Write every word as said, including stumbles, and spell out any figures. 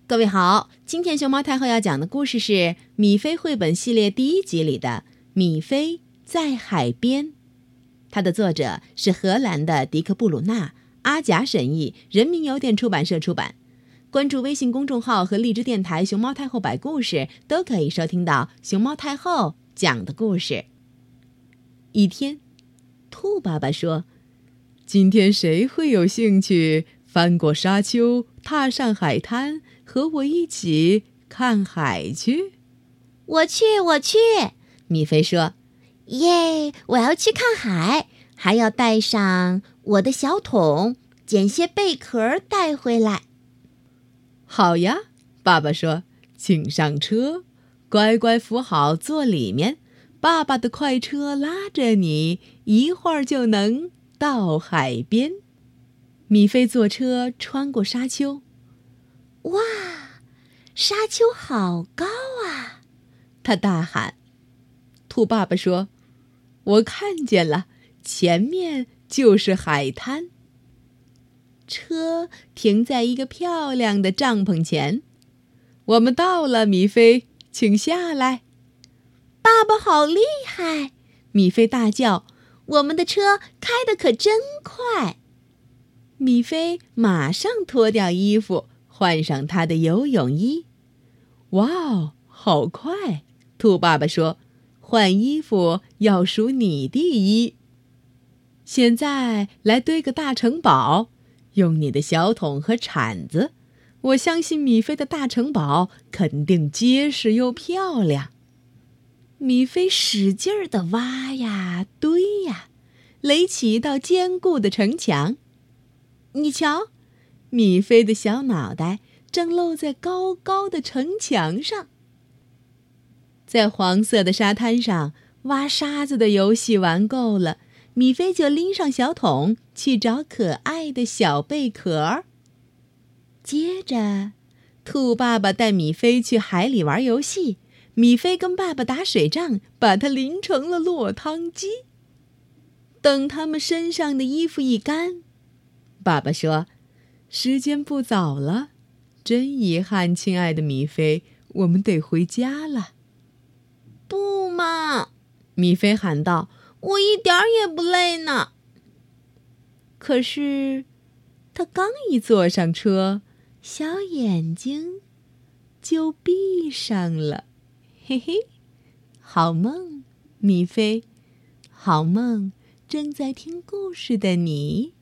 各位好，今天熊猫太后要讲的故事是米菲绘本系列第一集里的米菲在海边。它的作者是荷兰的迪克·布鲁纳，阿贾审译，人民邮电出版社出版。关注微信公众号和荔枝电台熊猫太后摆故事，都可以收听到熊猫太后讲的故事。一天，兔爸爸说，今天谁会有兴趣翻过沙丘，踏上海滩，和我一起看海去？ 我去，我去， 米菲说。 耶，我要去看海，还要带上我的小桶，捡些贝壳带回来。 好呀，爸爸说，请上车，乖乖扶好坐里面，爸爸的快车拉着你，一会儿就能到海边。米菲坐车穿过沙丘。 哇，沙丘好高啊！ 他大喊。兔爸爸说，我看见了，前面就是海滩。车停在一个漂亮的帐篷前。我们到了，米菲，请下来。 爸爸好厉害！ 米菲大叫， 我们的车开得可真快。 米菲马上脱掉衣服，换上他的游泳衣。哇哦，好快！兔爸爸说，换衣服要数你第一。现在来堆个大城堡，用你的小桶和铲子。我相信米菲的大城堡肯定结实又漂亮。米菲使劲儿地挖呀堆呀，垒起一道坚固的城墙。你瞧，米菲的小脑袋正露在高高的城墙上。在黄色的沙滩上，挖沙子的游戏玩够了，米菲就拎上小桶去找可爱的小贝壳。接着，兔爸爸带米菲去海里玩游戏，米菲跟爸爸打水仗，把它淋成了落汤鸡。等他们身上的衣服一干，爸爸说，时间不早了，真遗憾，亲爱的米菲，我们得回家了。 不嘛， 米菲喊道， 我一点儿也不累呢。 可是他刚一坐上车，小眼睛就闭上了。嘿嘿，好梦，米菲，好梦，正在听故事的你。